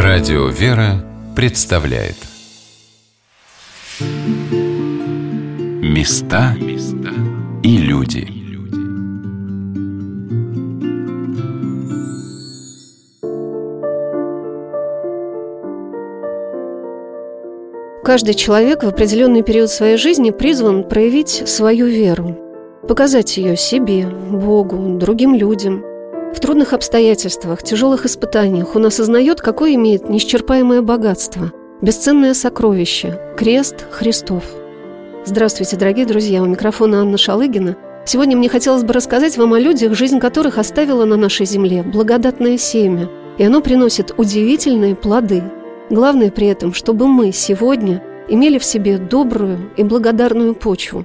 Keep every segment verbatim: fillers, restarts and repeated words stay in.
Радио «Вера» представляет Места и люди. Каждый человек в определенный период своей жизни призван проявить свою веру, показать ее себе, Богу, другим людям. В трудных обстоятельствах, тяжелых испытаниях он осознает, какое имеет неисчерпаемое богатство, бесценное сокровище – крест Христов. Здравствуйте, дорогие друзья, у микрофона Анна Шалыгина. Сегодня мне хотелось бы рассказать вам о людях, жизнь которых оставила на нашей земле благодатное семя, и оно приносит удивительные плоды. Главное при этом, чтобы мы сегодня имели в себе добрую и благодарную почву.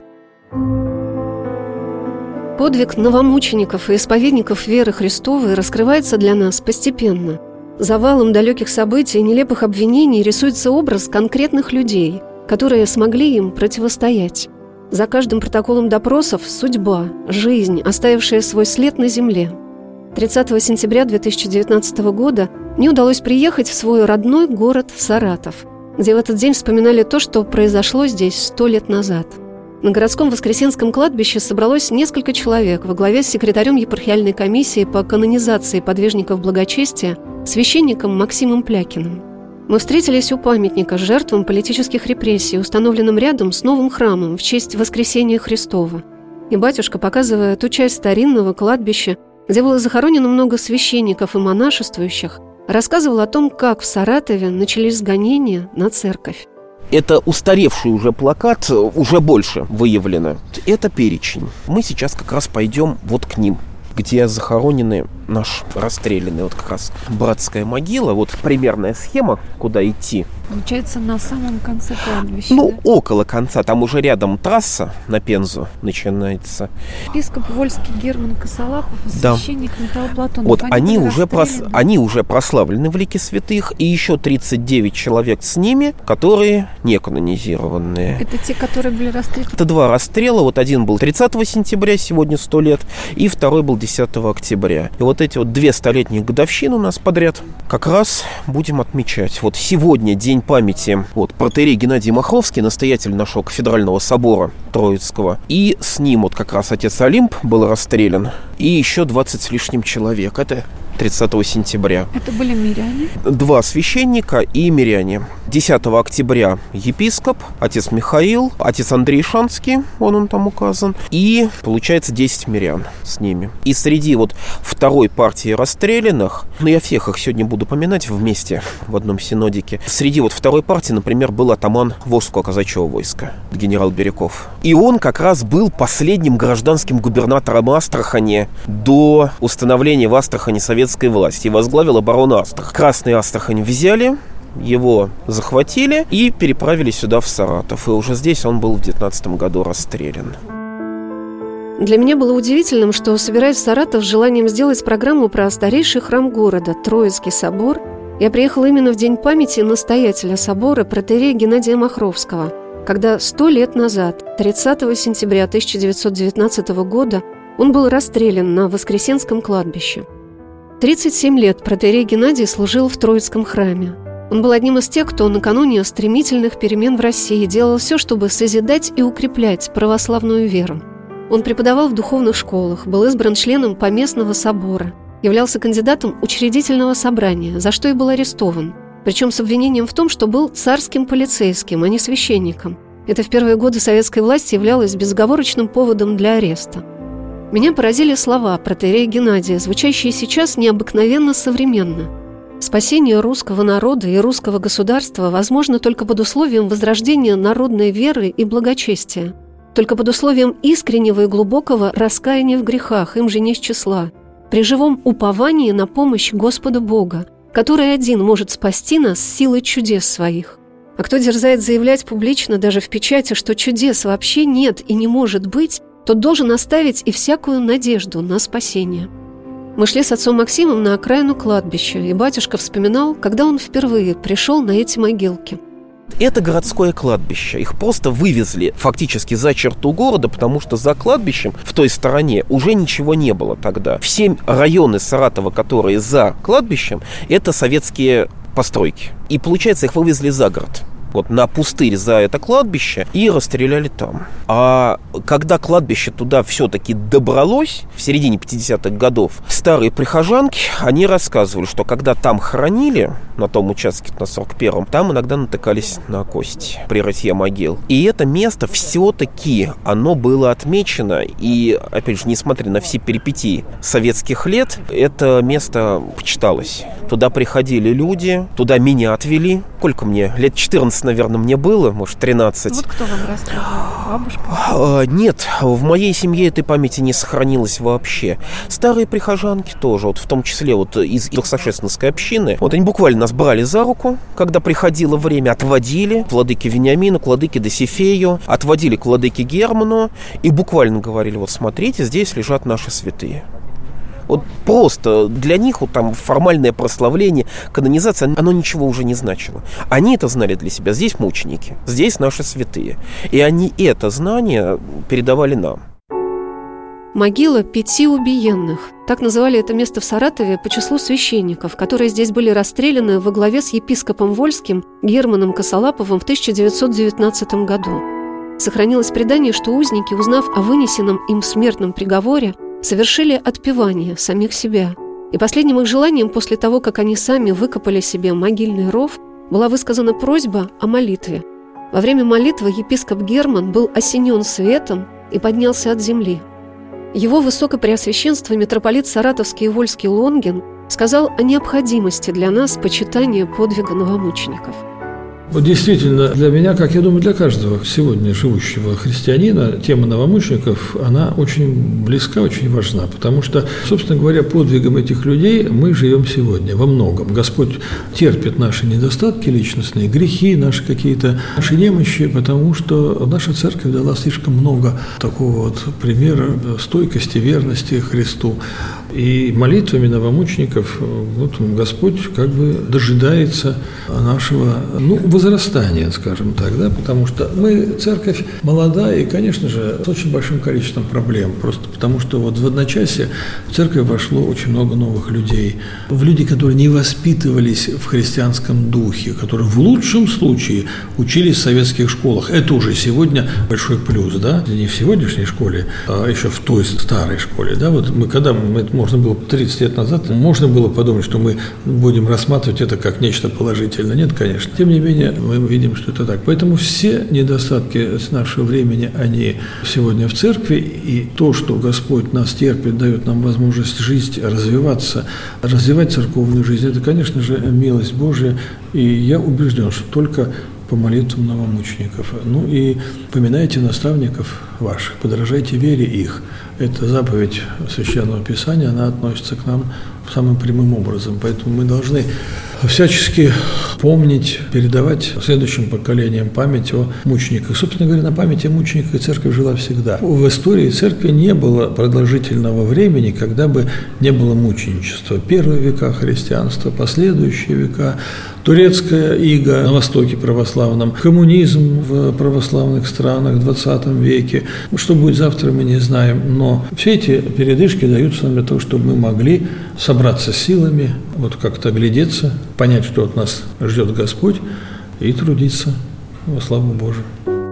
Подвиг новомучеников и исповедников веры Христовой раскрывается для нас постепенно. За валом далеких событий и нелепых обвинений рисуется образ конкретных людей, которые смогли им противостоять. За каждым протоколом допросов – судьба, жизнь, оставившая свой след на земле. тридцатого сентября две тысячи девятнадцатого года мне удалось приехать в свой родной город Саратов, где в этот день вспоминали то, что произошло здесь сто лет назад. На городском Воскресенском кладбище собралось несколько человек во главе с секретарем епархиальной комиссии по канонизации подвижников благочестия, священником Максимом Плякиным. Мы встретились у памятника жертвам политических репрессий, установленным рядом с новым храмом в честь Воскресения Христова. И батюшка, показывая ту часть старинного кладбища, где было захоронено много священников и монашествующих, рассказывал о том, как в Саратове начались гонения на церковь. Это устаревший уже плакат, уже больше выявлено. Это перечень. Мы сейчас как раз пойдем вот к ним, где захоронены наш расстрелянный, вот как раз братская могила. Вот примерная схема, куда идти. Получается, на самом конце кладбища. Ну, да? около конца. Там уже рядом трасса на Пензу начинается. Епископ Вольский Герман Косолапов и да. священник Михаил Платонов. Вот они, они, уже прос... они уже прославлены в лике святых. И еще тридцать девять человек с ними, которые не канонизированные. Это те, которые были расстреляны? Это два расстрела. Вот один был тридцатого сентября, сегодня сто лет. И второй был десятого октября. И вот эти вот две столетних годовщины у нас подряд как раз будем отмечать. Вот сегодня день памяти вот, протоиерей Геннадий Махровский, настоятель нашего кафедрального собора Троицкого. И с ним вот как раз отец Олимп был расстрелян. И еще двадцать с лишним человек. Это тридцатого сентября. Это были миряне? Два священника и миряне. десятого октября епископ, отец Михаил, отец Андрей Шанский, он он там указан. И, получается, десять мирян с ними. И среди вот второй партии расстрелянных, ну я всех их сегодня буду поминать вместе в одном синодике. Среди вот второй партии, например, был атаман Волжского казачьего войска, генерал Бирюков. И он как раз был последним гражданским губернатором Астрахани до установления в Астрахани советской власти и возглавил оборону Астрахани. Красный Астрахань взяли, его захватили и переправили сюда, в Саратов. И уже здесь он был в девятнадцатом году расстрелян. Для меня было удивительным, что, собираясь в Саратов с желанием сделать программу про старейший храм города, Троицкий собор, я приехала именно в день памяти настоятеля собора протоиерея Геннадия Махровского, когда сто лет назад, тридцатого сентября тысяча девятьсот девятнадцатого года, он был расстрелян на Воскресенском кладбище. тридцать семь лет протоиерей Геннадий служил в Троицком храме. Он был одним из тех, кто накануне стремительных перемен в России делал все, чтобы созидать и укреплять православную веру. Он преподавал в духовных школах, был избран членом Поместного собора, являлся кандидатом учредительного собрания, за что и был арестован, причем с обвинением в том, что был царским полицейским, а не священником. Это в первые годы советской власти являлось безоговорочным поводом для ареста. Меня поразили слова протоиерея Геннадия, звучащие сейчас необыкновенно современно. Спасение русского народа и русского государства возможно только под условием возрождения народной веры и благочестия, только под условием искреннего и глубокого раскаяния в грехах, им же не с числа, при живом уповании на помощь Господа Бога, который один может спасти нас силой чудес своих. А кто дерзает заявлять публично, даже в печати, что чудес вообще нет и не может быть, тот должен оставить и всякую надежду на спасение. Мы шли с отцом Максимом на окраину кладбища, и батюшка вспоминал, когда он впервые пришел на эти могилки. Это городское кладбище. Их просто вывезли фактически за черту города, потому что за кладбищем в той стороне уже ничего не было тогда. Все районы Саратова, которые за кладбищем, это советские постройки. И, получается, их вывезли за город. Вот на пустырь за это кладбище и расстреляли там. А когда кладбище туда все-таки добралось, в середине пятидесятых годов, старые прихожанки, они рассказывали, что когда там хоронили, на том участке, на сорок первом, там иногда натыкались на кости при рытье могил. И это место все-таки, оно было отмечено, и, опять же, несмотря на все перипетии советских лет, это место почиталось. Туда приходили люди, туда меня отвели. Сколько мне? Лет четырнадцать, наверное, мне было, может, тринадцать. Вот кто вам рассказывал? Бабушка? А, нет, в моей семье этой памяти не сохранилось вообще. Старые прихожанки тоже, вот в том числе вот из Илсошественской общины. Вот они буквально нас брали за руку, когда приходило время, отводили к владыке Вениамину, к владыке Досифею, отводили к владыке Герману и буквально говорили: вот смотрите, здесь лежат наши святые. Вот просто для них вот там формальное прославление, канонизация, оно ничего уже не значило. Они это знали для себя. Здесь мученики, здесь наши святые. И они это знание передавали нам. Могила пяти убиенных. Так называли это место в Саратове по числу священников, которые здесь были расстреляны во главе с епископом Вольским Германом Косолаповым в тысяча девятьсот девятнадцатом году. Сохранилось предание, что узники, узнав о вынесенном им смертном приговоре, совершили отпевание самих себя. И последним их желанием после того, как они сами выкопали себе могильный ров, была высказана просьба о молитве. Во время молитвы епископ Герман был осенен светом и поднялся от земли. Его высокопреосвященство митрополит Саратовский и Вольский Лонгин сказал о необходимости для нас почитания подвига новомучеников. Вот действительно, для меня, как я думаю, для каждого сегодня живущего христианина, тема новомучеников, она очень близка, очень важна, потому что, собственно говоря, подвигом этих людей мы живем сегодня во многом. Господь терпит наши недостатки личностные, грехи, наши какие-то наши немощи, потому что наша церковь дала слишком много такого вот примера стойкости, верности Христу. И молитвами новомучеников вот Господь как бы дожидается нашего, ну, возрастания, скажем так, да, потому что мы, церковь молодая и, конечно же, с очень большим количеством проблем, просто потому что вот в одночасье в церковь вошло очень много новых людей, в люди, которые не воспитывались в христианском духе, которые в лучшем случае учились в советских школах. Это уже сегодня большой плюс, да, не в сегодняшней школе, а еще в той старой школе, да, вот мы, когда мы, можно было тридцать лет назад, можно было подумать, что мы будем рассматривать это как нечто положительное. Нет, конечно. Тем не менее, мы видим, что это так. Поэтому все недостатки с нашего времени, они сегодня в церкви, и то, что Господь нас терпит, дает нам возможность жить, развиваться, развивать церковную жизнь, это, конечно же, милость Божья, и я убежден, что только по молитвам новомучеников. Ну и поминайте наставников ваших, подражайте вере их. Это заповедь Священного Писания, она относится к нам самым прямым образом. Поэтому мы должны всячески помнить, передавать следующим поколениям память о мучениках. Собственно говоря, на память о мучениках церковь жила всегда. В истории церкви не было продолжительного времени, когда бы не было мученичества. Первые века христианства, последующие века, турецкая ига на Востоке православном, коммунизм в православных странах в двадцатом веке. Что будет завтра, мы не знаем. Но все эти передышки даются нам для того, чтобы мы могли собраться с силами, вот как-то глядеться, понять, что от нас ждет Господь, и трудиться во славу Божию.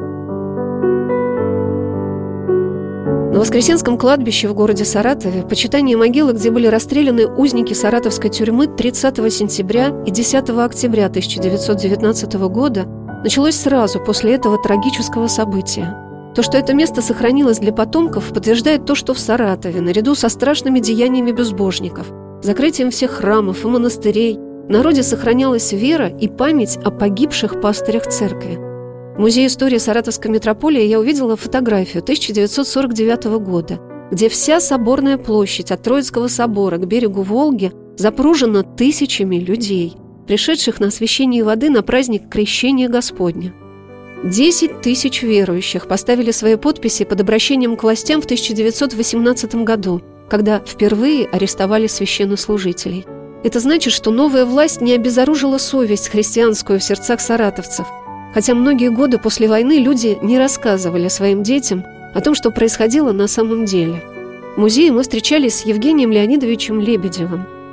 На Воскресенском кладбище в городе Саратове почитание могилы, где были расстреляны узники саратовской тюрьмы тридцатого сентября и десятого октября тысяча девятьсот девятнадцатого года, началось сразу после этого трагического события. То, что это место сохранилось для потомков, подтверждает то, что в Саратове, наряду со страшными деяниями безбожников, закрытием всех храмов и монастырей, в народе сохранялась вера и память о погибших пастырях церкви. В Музее истории Саратовской митрополии я увидела фотографию тысяча девятьсот сорок девятого года, где вся соборная площадь от Троицкого собора к берегу Волги запружена тысячами людей, пришедших на освящение воды на праздник Крещения Господня. Десять тысяч верующих поставили свои подписи под обращением к властям в тысяча девятьсот восемнадцатом году, когда впервые арестовали священнослужителей. Это значит, что новая власть не обезоружила совесть христианскую в сердцах саратовцев, хотя многие годы после войны люди не рассказывали своим детям о том, что происходило на самом деле. В музее мы встречались с Евгением Леонидовичем Лебедевым,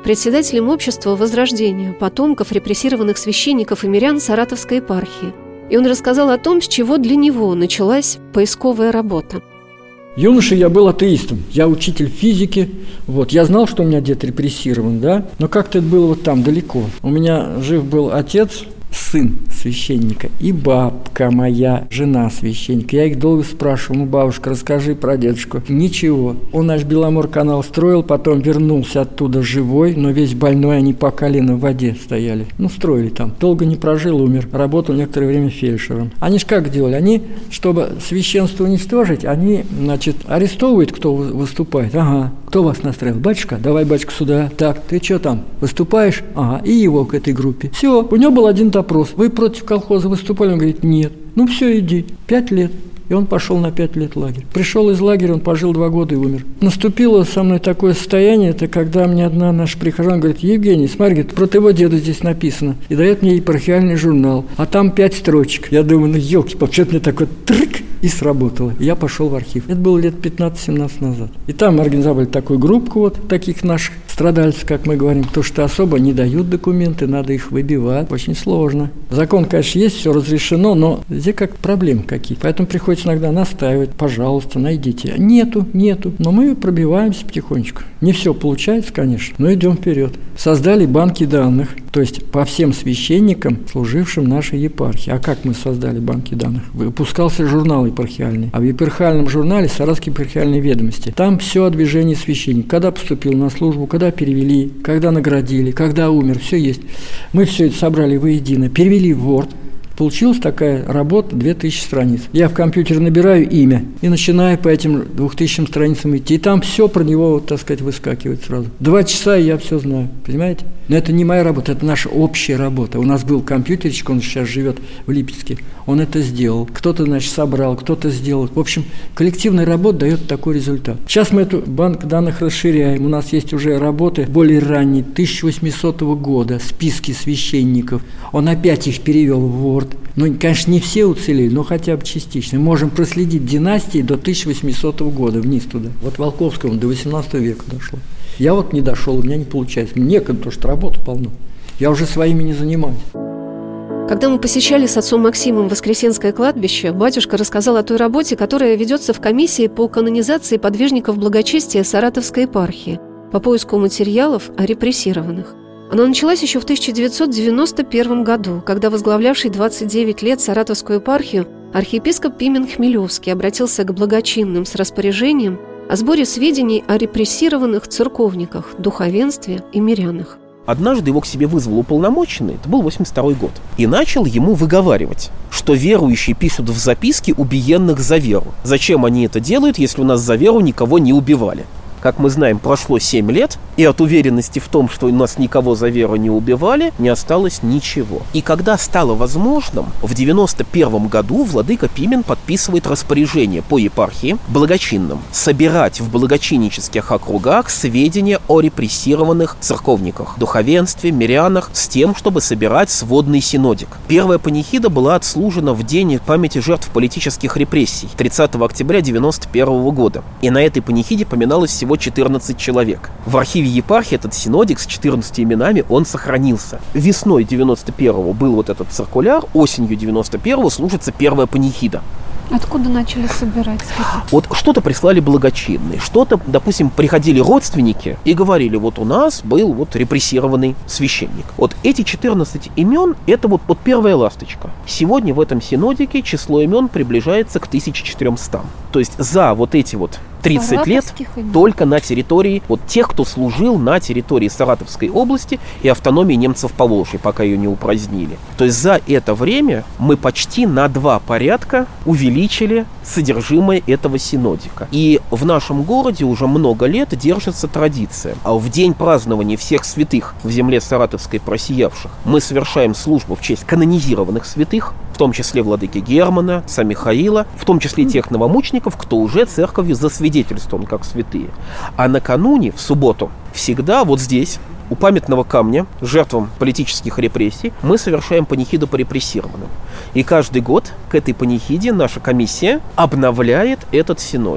председателем общества «Возрождение» потомков репрессированных священников и мирян Саратовской епархии. И он рассказал о том, с чего для него началась поисковая работа. Юношей я был атеистом, я учитель физики, вот, я знал, что у меня дед репрессирован, да, но как-то это было вот там, далеко. У меня жив был отец, сын священника, и бабка моя, жена священника. Я их долго спрашивал: ну, бабушка, расскажи про дедушку. Ничего. Он наш Беломор-канал строил, потом вернулся оттуда живой, но весь больной, они по колено в воде стояли. Ну, строили там. Долго не прожил, умер. Работал некоторое время фельдшером. Они ж как делали? Они, чтобы священство уничтожить, они, значит, арестовывают, кто выступает. Ага. Кто вас настроил? Батюшка? Давай, батюшка, сюда. Так, ты что там, выступаешь? Ага. И его к этой группе. Все. У него был один опрос. Вы против колхоза выступали? Он говорит: нет. Ну все, иди. Пять лет. И он пошел на пять лет в лагерь. Пришел из лагеря, он пожил два года и умер. Наступило со мной такое состояние, это когда мне одна наша прихожанка говорит: Евгений, смотри, говорит, про твоего деда здесь написано. И дает мне епархиальный журнал. А там пять строчек. Я думаю, ну елки-палки, что-то мне такое трык, и сработало. И я пошел в архив. Это было лет пятнадцать-семнадцать назад. И там мы организовали такую группку вот таких наших страдальцев, как мы говорим, потому что особо не дают документы, надо их выбивать. Очень сложно. Закон, конечно, есть, все разрешено, но здесь как проблемы какие. Поэтому приходится иногда настаивать: пожалуйста, найдите. Нету, нету. Но мы пробиваемся потихонечку. Не все получается, конечно, но идем вперед. Создали банки данных, то есть по всем священникам, служившим нашей епархии. А как мы создали банки данных? Выпускался журнал епархиальный. А в епархиальном журнале «Саратовские епархиальные ведомости». Там все о движении священника. Когда поступил на службу, когда перевели, когда наградили, когда умер, все есть. Мы все это собрали воедино, перевели в Word. Получилась такая работа, две тысячи страниц. Я в компьютере набираю имя и начинаю по этим двухтысячным страницам идти. И там все про него, вот, так сказать, выскакивает сразу. Два часа, и я все знаю. Понимаете? Но это не моя работа, это наша общая работа. У нас был компьютерчик, он сейчас живет в Липецке. Он это сделал. Кто-то, значит, собрал, кто-то сделал. В общем, коллективная работа дает такой результат. Сейчас мы эту банк данных расширяем. У нас есть уже работы более ранние, тысяча восьмисотого года, списки священников. Он опять их перевел в Word. Ну, конечно, не все уцелели, но хотя бы частично. Мы можем проследить династии до тысяча восьмисотого года, вниз туда. Вот Волковскому до восемнадцатого века дошло. Я вот не дошел, у меня не получается. Мне некогда, потому что работы полно. Я уже своими не занимаюсь. Когда мы посещали с отцом Максимом Воскресенское кладбище, батюшка рассказал о той работе, которая ведется в комиссии по канонизации подвижников благочестия Саратовской епархии по поиску материалов о репрессированных. Она началась еще в тысяча девятьсот девяносто первом году, когда возглавлявший двадцать девять лет Саратовскую епархию архиепископ Пимен Хмелевский обратился к благочинным с распоряжением о сборе сведений о репрессированных церковниках, духовенстве и мирянах. Однажды его к себе вызвал уполномоченный, это был восемьдесят второй год, и начал ему выговаривать, что верующие пишут в записке убиенных за веру. Зачем они это делают, если у нас за веру никого не убивали? Как мы знаем, прошло семь лет, и от уверенности в том, что у нас никого за веру не убивали, не осталось ничего. И когда стало возможным, в девяносто первом году владыка Пимен подписывает распоряжение по епархии благочинным собирать в благочиннических округах сведения о репрессированных церковниках, духовенстве, мирянах, с тем, чтобы собирать сводный синодик. Первая панихида была отслужена в день памяти жертв политических репрессий, тридцатого октября девяносто первого года. И на этой панихиде поминалось всего четырнадцать человек. В архиве епархии этот синодик с четырнадцатью именами, он сохранился. Весной девяносто первого был вот этот циркуляр, осенью девяносто первого служится первая панихида. Откуда начали собирать? Вот что-то прислали благочинные, что-то, допустим, приходили родственники и говорили: вот у нас был вот репрессированный священник. Вот эти четырнадцать имен, это вот, вот первая ласточка. Сегодня в этом синодике число имен приближается к тысяче четырёмстам. То есть за вот эти вот тридцать лет только на территории вот тех, кто служил на территории Саратовской области и автономии немцев Поволжья, пока ее не упразднили. То есть за это время мы почти на два порядка увеличили содержимое этого синодика. И в нашем городе уже много лет держится традиция. А в день празднования всех святых в земле Саратовской просиявших мы совершаем службу в честь канонизированных святых, в том числе владыки Германа, отца Михаила, в том числе тех новомучеников, кто уже церковью засвидетельствован как святые. А накануне, в субботу, всегда вот здесь, у памятного камня жертвам политических репрессий, мы совершаем панихиду по репрессированным. И каждый год к этой панихиде наша комиссия обновляет этот синодик.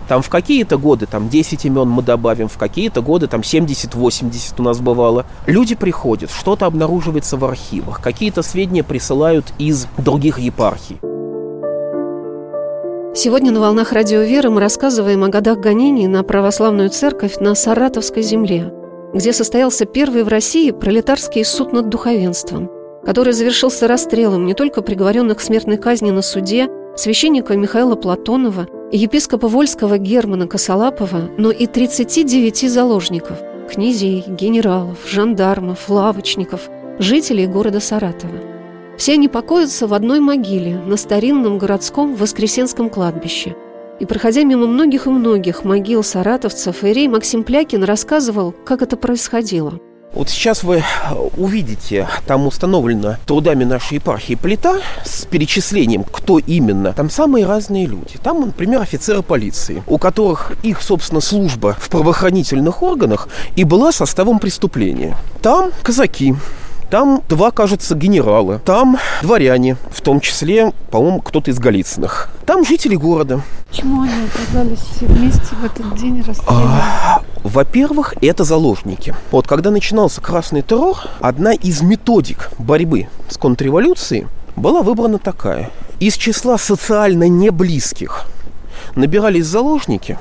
Там в какие-то годы там десять имен мы добавим, в какие-то годы там семьдесят-восемьдесят у нас бывало. Люди приходят, что-то обнаруживается в архивах, какие-то сведения присылают из других епархий. Сегодня на «Волнах Радио Веры» мы рассказываем о годах гонений на православную церковь на Саратовской земле, где состоялся первый в России пролетарский суд над духовенством, который завершился расстрелом не только приговоренных к смертной казни на суде священника Михаила Платонова и епископа Вольского Германа Косолапова, но и тридцати девяти заложников – князей, генералов, жандармов, лавочников, жителей города Саратова. Все они покоятся в одной могиле на старинном городском Воскресенском кладбище. И, проходя мимо многих и многих могил саратовцев, иерей Максим Плякин рассказывал, как это происходило. Вот сейчас вы увидите, там установлена трудами нашей епархии плита с перечислением, кто именно. Там самые разные люди. Там, например, офицеры полиции, у которых их, собственно, служба в правоохранительных органах и была составом преступления. Там казаки. Там два, кажется, генерала. Там дворяне, в том числе, по-моему, кто-то из Голицыных. Там жители города. Почему они оказались все вместе в этот день расстреляны? А, во-первых, это заложники. Вот когда начинался красный террор, одна из методик борьбы с контрреволюцией была выбрана такая. Из числа социально неблизких набирались заложники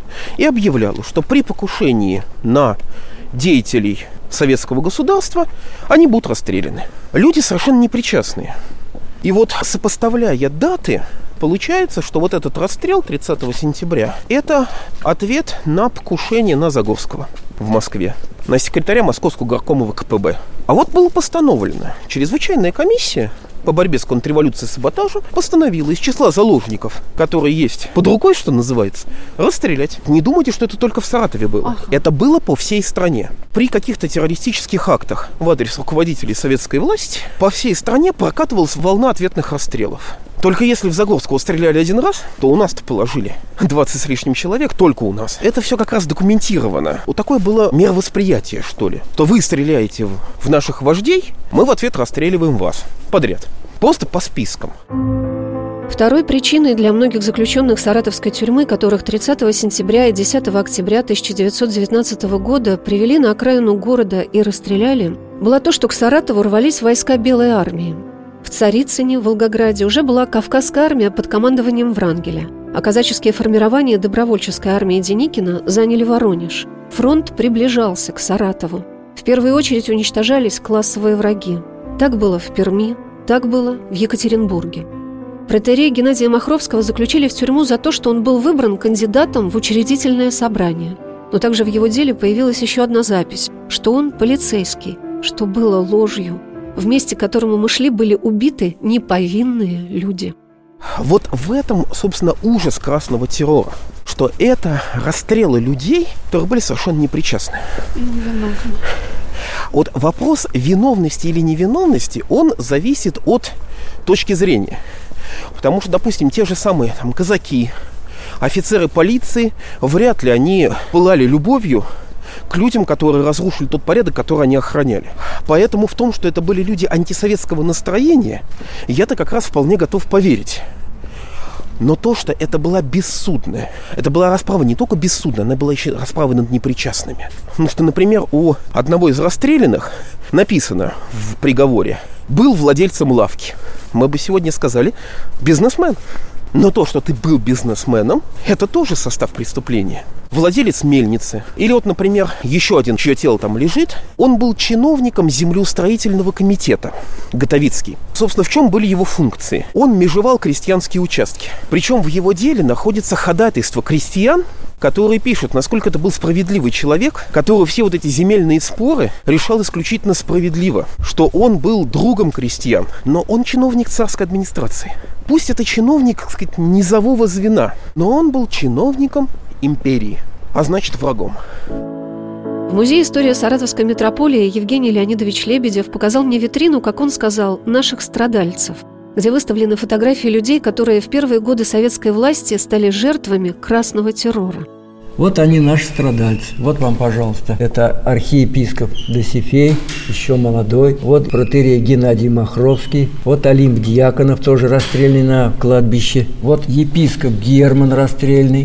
и объявлялось, что при покушении на деятелей советского государства, они будут расстреляны. Люди совершенно непричастные. И вот, сопоставляя даты, получается, что вот этот расстрел тридцатого сентября – это ответ на покушение на Загорского в Москве, на секретаря Московского горкома ВКПБ. А вот было постановлено, чрезвычайная комиссия по борьбе с контрреволюцией и саботажем постановила из числа заложников, которые есть под рукой, что называется, расстрелять. Не думайте, что это только в Саратове было. Ага. Это было по всей стране. При каких-то террористических актах в адрес руководителей советской власти по всей стране прокатывалась волна ответных расстрелов. Только если в Загорского стреляли один раз, то у нас-то положили двадцать с лишним человек, только у нас. Это все как раз документировано. Вот такое было мировосприятие, что ли. То вы стреляете в наших вождей, мы в ответ расстреливаем вас. Подряд. Просто по спискам. Второй причиной для многих заключенных саратовской тюрьмы, которых тридцатого сентября и десятого октября тысяча девятьсот девятнадцатого года привели на окраину города и расстреляли, было то, что к Саратову рвались войска Белой армии. В Царицыне, в Волгограде, уже была Кавказская армия под командованием Врангеля, а казаческие формирования добровольческой армии Деникина заняли Воронеж. Фронт приближался к Саратову. В первую очередь уничтожались классовые враги. Так было в Перми, так было в Екатеринбурге. Протоиерея Геннадия Махровского заключили в тюрьму за то, что он был выбран кандидатом в учредительное собрание. Но также в его деле появилась еще одна запись, что он полицейский, что было ложью. В месте, к которому мы шли, были убиты неповинные люди. Вот в этом, собственно, ужас красного террора, что это расстрелы людей, которые были совершенно непричастны. Вот вопрос виновности или невиновности, он зависит от точки зрения. Потому что, допустим, те же самые там, казаки, офицеры полиции, вряд ли они пылали любовью к людям, которые разрушили тот порядок, который они охраняли. Поэтому в том, что это были люди антисоветского настроения, я-то как раз вполне готов поверить. Но то, что это была бессудная, это была расправа не только бессудная, она была еще расправой над непричастными. Потому что, например, у одного из расстрелянных написано в приговоре: был владельцем лавки. Мы бы сегодня сказали бизнесмен. Но то, что ты был бизнесменом, это тоже состав преступления. Владелец мельницы. Или вот, например, еще один, чье тело там лежит, он был чиновником землеустроительного комитета, Готовицкий. Собственно, в чем были его функции? Он межевал крестьянские участки. Причем в его деле находится ходатайство крестьян, которые пишут, насколько это был справедливый человек, который все вот эти земельные споры решал исключительно справедливо, что он был другом крестьян, но он чиновник царской администрации. Пусть это чиновник, так сказать, низового звена, но он был чиновником империи, а значит врагом. В Музее истории Саратовской митрополии Евгений Леонидович Лебедев показал мне витрину, как он сказал, наших страдальцев, где выставлены фотографии людей, которые в первые годы советской власти стали жертвами красного террора. Вот они, наши страдальцы. Вот вам, пожалуйста. Это архиепископ Досифей, еще молодой. Вот протоиерей Геннадий Махровский. Вот Олимп Дьяконов, тоже расстрельный на кладбище. Вот епископ Герман расстрельный.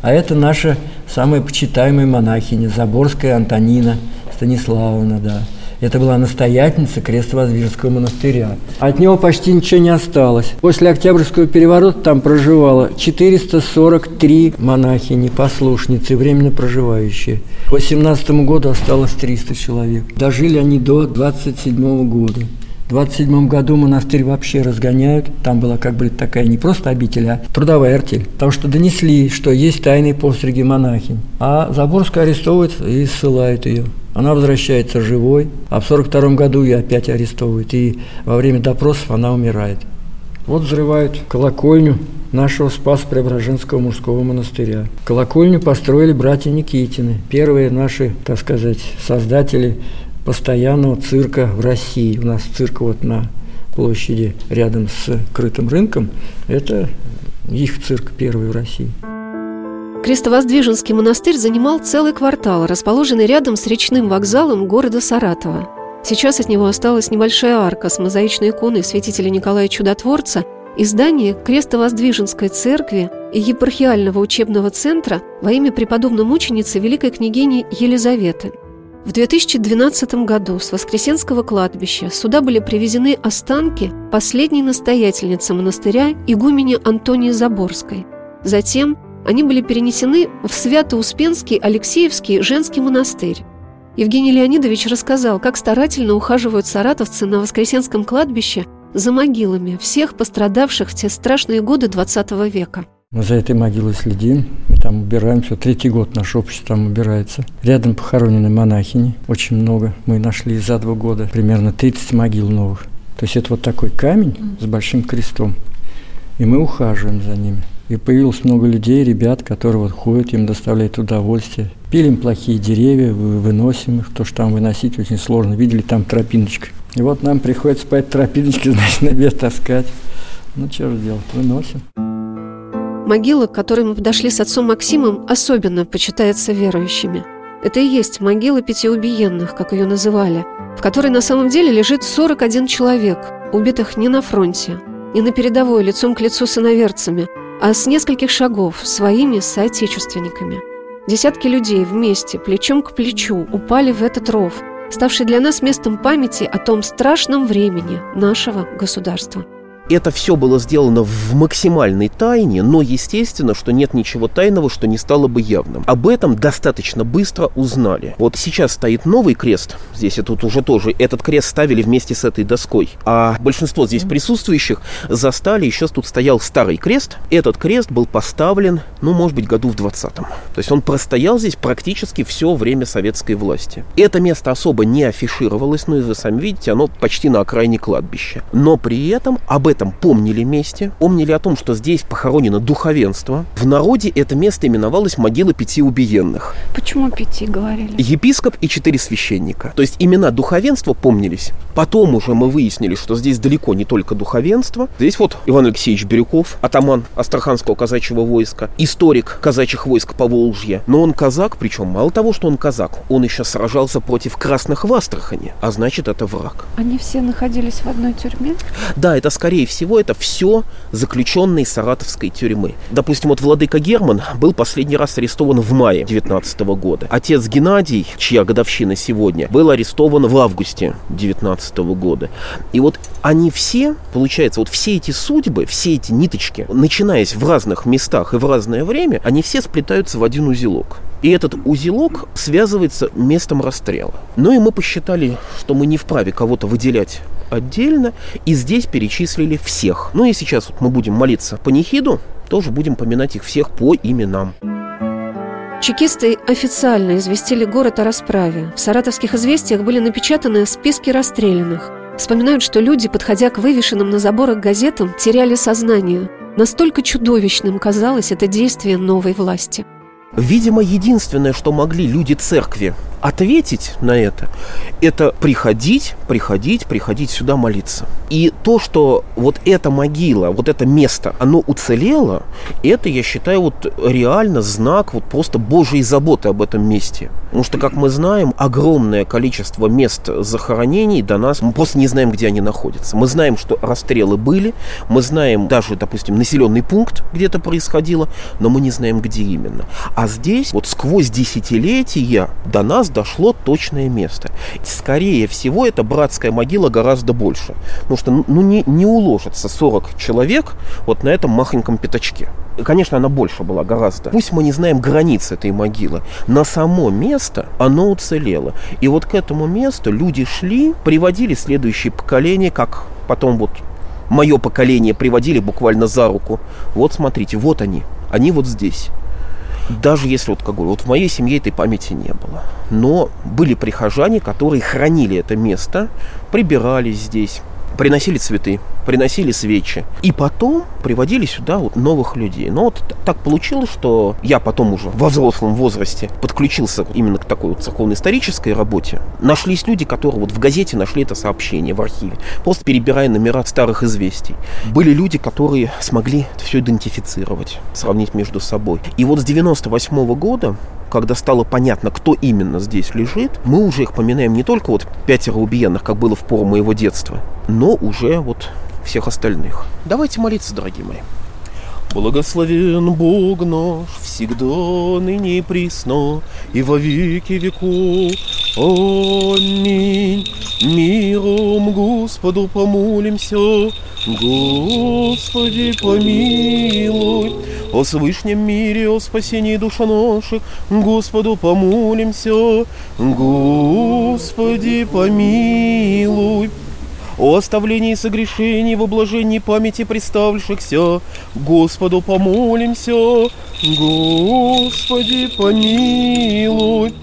А это наша самая почитаемая монахиня, Заборская Антонина Станиславовна, да. Это была настоятельница Крестовоздвиженского монастыря. От него почти ничего не осталось. После Октябрьского переворота там проживало четыреста сорок три монахини, послушницы, временно проживающие. К восемнадцатому году осталось триста человек. Дожили они до двадцать седьмого года. В двадцать седьмом году монастырь вообще разгоняют. Там была как бы такая не просто обитель, а трудовая артель. Потому что донесли, что есть тайные постриги монахинь. А Заборская арестовывает и ссылает ее. Она возвращается живой, а в сорок втором году ее опять арестовывают. И во время допросов она умирает. Вот взрывают колокольню нашего Спасо-Преображенского мужского монастыря. Колокольню построили братья Никитины. Первые наши, так сказать, создатели постоянного цирка в России. У нас цирк вот на площади рядом с крытым рынком. Это их цирк первый в России. Крестовоздвиженский монастырь занимал целый квартал, расположенный рядом с речным вокзалом города Саратова. Сейчас от него осталась небольшая арка с мозаичной иконой святителя Николая Чудотворца и здание Крестовоздвиженской церкви и епархиального учебного центра во имя преподобной мученицы великой княгини Елизаветы. В две тысячи двенадцатом году с Воскресенского кладбища сюда были привезены останки последней настоятельницы монастыря игумени Антонии Заборской. Затем они были перенесены в Свято-Успенский Алексеевский женский монастырь. Евгений Леонидович рассказал, как старательно ухаживают саратовцы на Воскресенском кладбище за могилами всех пострадавших в те страшные годы двадцатого века. Мы за этой могилой следим, мы там убираемся. Третий год наше общество там убирается. Рядом похоронены монахини, очень много. Мы нашли за два года примерно тридцать могил новых. То есть это вот такой камень с большим крестом, и мы ухаживаем за ними. И появилось много людей, ребят, которые вот ходят, им доставляет удовольствие. Пилим плохие деревья, выносим их, то, что там выносить очень сложно. Видели, там тропиночка. И вот нам приходится по этой тропиночке, значит, на себе таскать. Ну, что же делать, выносим. Могила, к которой мы подошли с отцом Максимом, особенно почитается верующими. Это и есть могила пяти убиенных, как ее называли, в которой на самом деле лежит сорок один человек, убитых не на фронте, не на передовой, лицом к лицу с иноверцами, а с нескольких шагов своими соотечественниками. Десятки людей вместе, плечом к плечу, упали в этот ров, ставший для нас местом памяти о том страшном времени нашего государства. Это все было сделано в максимальной тайне, но естественно, что нет ничего тайного, что не стало бы явным. Об этом достаточно быстро узнали. Вот сейчас стоит новый крест, здесь и тут уже тоже, этот крест ставили вместе с этой доской. А большинство здесь присутствующих застали, еще тут стоял старый крест. Этот крест был поставлен, ну, может быть, году в двадцатом. То есть он простоял здесь практически все время советской власти. Это место особо не афишировалось, но, и вы сами видите, оно почти на окраине кладбища. Но при этом об этом помнили месте, помнили о том, что здесь похоронено духовенство. В народе это место именовалось могила пяти убиенных. Почему пяти говорили? Епископ и четыре священника. То есть имена духовенства помнились. Потом уже мы выяснили, что здесь далеко не только духовенство. Здесь вот Иван Алексеевич Бирюков, атаман Астраханского казачьего войска, историк казачьих войск Поволжья. Но он казак, причем мало того, что он казак, он еще сражался против красных в Астрахани, а значит, это враг. Они все находились в одной тюрьме? Да, это скорее всего, это все заключенные саратовской тюрьмы. Допустим, вот владыка Герман был последний раз арестован в мае девятнадцатого года. Отец Геннадий, чья годовщина сегодня, был арестован в августе девятнадцатого года. И вот они все, получается, вот все эти судьбы, все эти ниточки, начинаясь в разных местах и в разное время, они все сплетаются в один узелок. И этот узелок связывается местом расстрела. Ну и мы посчитали, что мы не вправе кого-то выделять отдельно, и здесь перечислили всех. Ну и сейчас вот мы будем молиться панихиду, тоже будем поминать их всех по именам. Чекисты официально известили город о расправе. В саратовских известиях были напечатаны списки расстрелянных. Вспоминают, что люди, подходя к вывешенным на заборах газетам, теряли сознание. Настолько чудовищным казалось это действие новой власти. Видимо, единственное, что могли люди церкви ответить на это, это приходить, приходить, приходить сюда молиться. И то, что вот эта могила, вот это место, оно уцелело, это, я считаю, вот реально знак вот просто Божьей заботы об этом месте. Потому что, как мы знаем, огромное количество мест захоронений до нас, мы просто не знаем, где они находятся. Мы знаем, что расстрелы были, мы знаем даже, допустим, населенный пункт где-то происходило, но мы не знаем, где именно. А здесь вот сквозь десятилетия до нас дошло точное место. Скорее всего, это братская могила гораздо больше. Потому что ну, не, не уложится сорок человек вот на этом махоньком пятачке. Конечно, она больше была гораздо. Пусть мы не знаем границ этой могилы, на само место оно уцелело. И вот к этому месту люди шли, приводили следующее поколение, как потом вот мое поколение приводили буквально за руку. Вот смотрите, вот они, они вот здесь. Даже если, вот, как говорю, вот в моей семье этой памяти не было. Но были прихожане, которые хранили это место, прибирались здесь, приносили цветы, приносили свечи. И потом приводили сюда вот новых людей. Но вот так получилось, что я потом уже во взрослом возрасте подключился именно к такой вот церковно-исторической работе. Нашлись люди, которые вот в газете нашли это сообщение в архиве, просто перебирая номера старых известий. Были люди, которые смогли это все идентифицировать, сравнить между собой. И вот с девяносто восьмого года, когда стало понятно, кто именно здесь лежит, мы уже их поминаем не только вот пятеро убиенных, как было в пору моего детства, но уже вот всех остальных. Давайте молиться, дорогие мои. Благословен Бог наш, всегда, ныне и присно, и во веки веков. Аминь. Миром Господу помолимся. Господи, помилуй. О свышнем мире, о спасении душ наших, Господу помолимся. Господи, помилуй. О оставлении согрешений, в ублажении памяти представившихся, Господу помолимся. Господи, помилуй.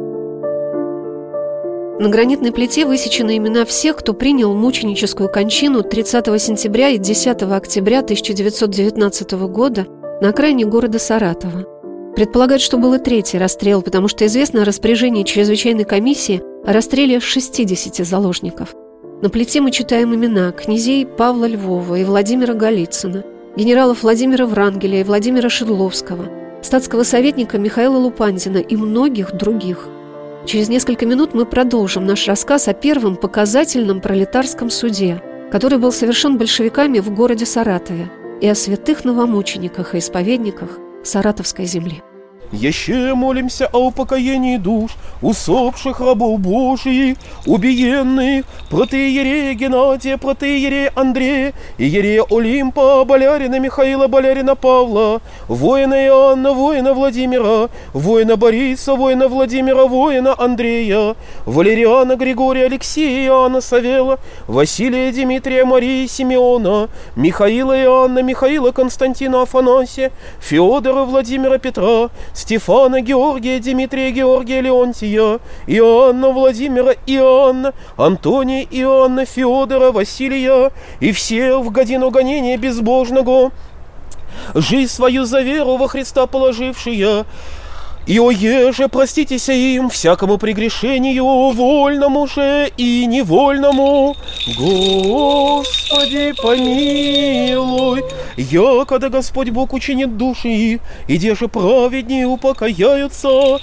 На гранитной плите высечены имена всех, кто принял мученическую кончину тридцатого сентября и десятого октября тысяча девятьсот девятнадцатого года на окраине города Саратова. Предполагают, что был и третий расстрел, потому что известно о распоряжении чрезвычайной комиссии о расстреле шестидесяти заложников. На плите мы читаем имена князей Павла Львова и Владимира Голицына, генералов Владимира Врангеля и Владимира Шедловского, статского советника Михаила Лупандина и многих других. Через несколько минут мы продолжим наш рассказ о первом показательном пролетарском суде, который был совершен большевиками в городе Саратове, и о святых новомучениках и исповедниках Саратовской земли. Еще молимся о упокоении душ усопших рабов Божиих, убиенных, протоиерея Геннадия, протоиерея Андрея, иерея Олимпа, болярина Михаила, болярина Павла, воина Иоанна, воина Владимира, воина Бориса, воина Владимира, воина Андрея, Валериана, Григория, Алексея, Иоанна, Савела, Василия, Дмитрия, Марии, Симеона, Михаила, Иоанна, Михаила, Константина, Афанасия, Феодора, Владимира, Петра, Стефана, Георгия, Дмитрия, Георгия, Леонтия, Иоанна, Владимира, Иоанна, Антония, Иоанна, Феодора, Василия и всех в годину гонения безбожного, жизнь свою за веру во Христа положившие. И о еже проститеся им всякому прегрешению, вольному же и невольному. Господи, помилуй. Я, когда Господь Бог учинит души их, и где же праведнее упокояются.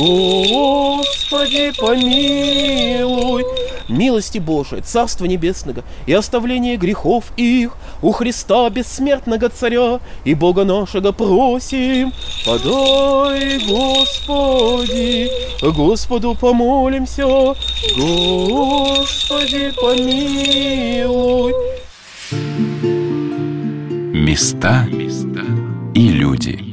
Господи, помилуй. Милости Божией, Царства Небесного и оставление грехов их у Христа бессмертного Царя и Бога нашего просим. Подай, Господи, Господу помолимся. Господи, помилуй. Места и люди.